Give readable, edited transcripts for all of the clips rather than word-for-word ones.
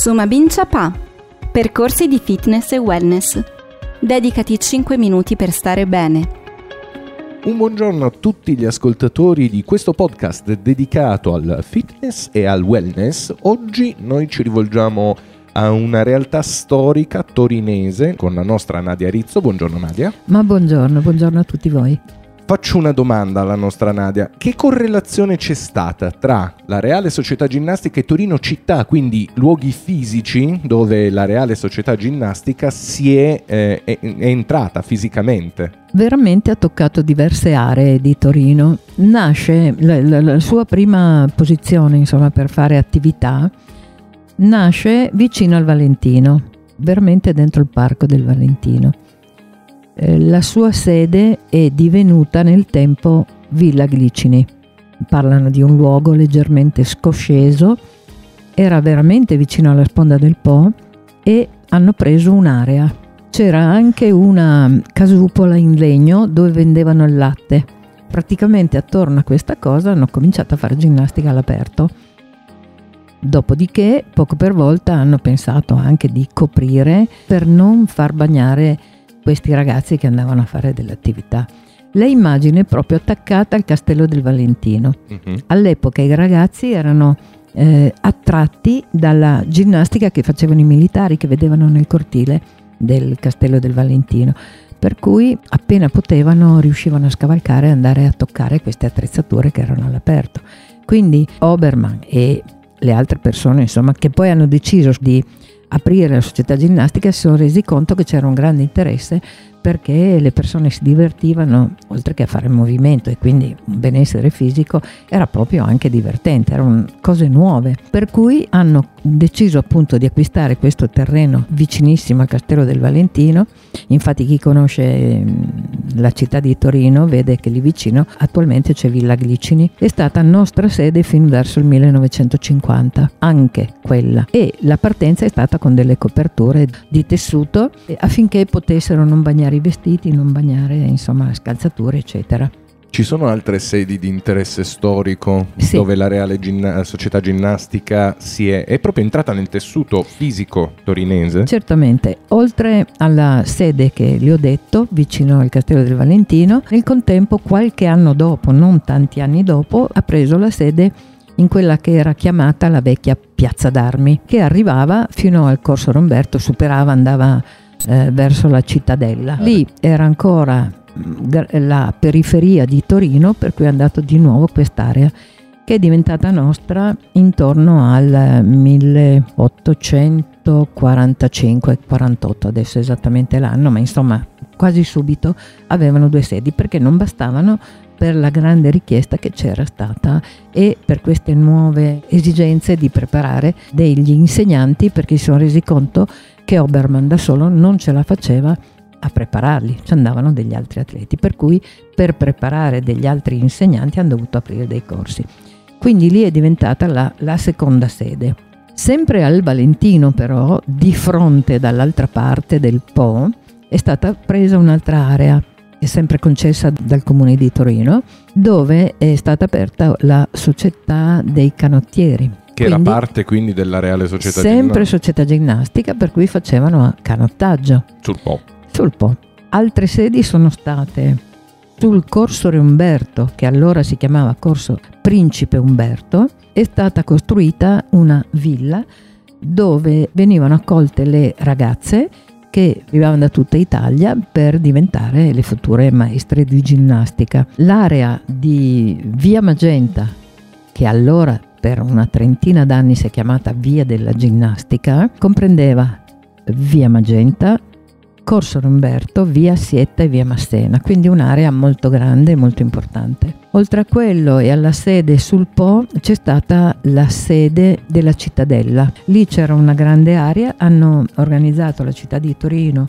Suma Bincia Pa. Percorsi di fitness e wellness. Dedicati 5 minuti per stare bene. Un buongiorno a tutti gli ascoltatori di questo podcast dedicato al fitness e al wellness. Oggi noi ci rivolgiamo a una realtà storica torinese con la nostra Nadia Rizzo. Buongiorno Nadia. Ma buongiorno a tutti voi. Faccio una domanda alla nostra Nadia. Che correlazione c'è stata tra la Reale Società Ginnastica e Torino città, quindi luoghi fisici dove la Reale Società Ginnastica è entrata fisicamente? Veramente ha toccato diverse aree di Torino. Nasce la sua prima posizione, insomma, per fare attività, nasce vicino al Valentino, veramente dentro il parco del Valentino. La sua sede è divenuta nel tempo Villa Glicini. Parlano di un luogo leggermente scosceso, era veramente vicino alla sponda del Po e hanno preso un'area. C'era anche una casupola in legno dove vendevano il latte. Praticamente attorno a questa cosa hanno cominciato a fare ginnastica all'aperto. Dopodiché, poco per volta, hanno pensato anche di coprire per non far bagnare questi ragazzi che andavano a fare delle attività. L'immagine è proprio attaccata al Castello del Valentino. All'epoca i ragazzi erano attratti dalla ginnastica che facevano i militari, che vedevano nel cortile del Castello del Valentino, per cui appena potevano riuscivano a scavalcare e andare a toccare queste attrezzature che erano all'aperto. Quindi Oberman e le altre persone, insomma, che poi hanno deciso di aprire la società ginnastica, si sono resi conto che c'era un grande interesse perché le persone si divertivano, oltre che a fare movimento e quindi un benessere fisico, era proprio anche divertente, erano cose nuove, per cui hanno deciso appunto di acquistare questo terreno vicinissimo al Castello del Valentino. Infatti chi conosce la città di Torino vede che lì vicino attualmente c'è Villa Glicini, è stata nostra sede fin verso il 1950, anche quella, e la partenza è stata con delle coperture di tessuto affinché potessero non bagnare i vestiti, non bagnare insomma le scalzature eccetera. Ci sono altre sedi di interesse storico dove la Reale Società Ginnastica è proprio entrata nel tessuto fisico torinese? Certamente, oltre alla sede che vi ho detto, vicino al Castello del Valentino, nel contempo qualche anno dopo, non tanti anni dopo, ha preso la sede in quella che era chiamata la vecchia Piazza d'Armi, che arrivava fino al Corso Romberto, andava verso la Cittadella. Lì era ancora la periferia di Torino, per cui è andato di nuovo quest'area che è diventata nostra intorno al 1845-48, adesso esattamente l'anno, ma insomma quasi subito avevano due sedi perché non bastavano per la grande richiesta che c'era stata e per queste nuove esigenze di preparare degli insegnanti, perché si sono resi conto che Oberman da solo non ce la faceva a prepararli, ci andavano degli altri atleti, per cui per preparare degli altri insegnanti hanno dovuto aprire dei corsi. Quindi lì è diventata la seconda sede. Sempre al Valentino però, di fronte dall'altra parte del Po, è stata presa un'altra area, è sempre concessa dal Comune di Torino, dove è stata aperta la Società dei Canottieri. Che era parte quindi della Reale Società Ginnastica. Sempre società ginnastica, per cui facevano canottaggio. Sul Po. Altre sedi sono state sul Corso Re Umberto, che allora si chiamava Corso Principe Umberto. È stata costruita una villa dove venivano accolte le ragazze che arrivavano da tutta Italia per diventare le future maestre di ginnastica. L'area di Via Magenta, che allora per una trentina d'anni si è chiamata Via della Ginnastica, comprendeva Via Magenta, Corso Romberto, Via Sietta e Via Massena, quindi un'area molto grande e molto importante. Oltre a quello e alla sede sul Po c'è stata la sede della Cittadella. Lì c'era una grande area, hanno organizzato la città di Torino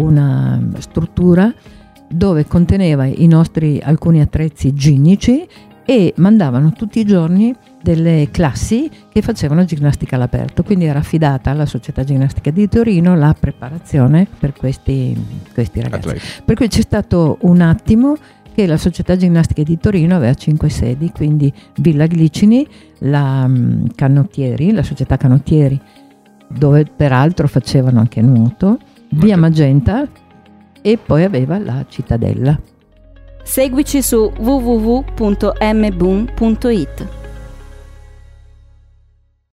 una struttura dove conteneva i nostri alcuni attrezzi ginnici e mandavano tutti i giorni delle classi che facevano ginnastica all'aperto, quindi era affidata alla Società Ginnastica di Torino la preparazione per questi ragazzi. Atleti. Per cui c'è stato un attimo che la Società Ginnastica di Torino aveva 5 sedi, quindi Villa Glicini, la Canottieri, la Società Canottieri dove peraltro facevano anche nuoto, via Magenta e poi aveva la Cittadella. Seguici su www.mboom.it.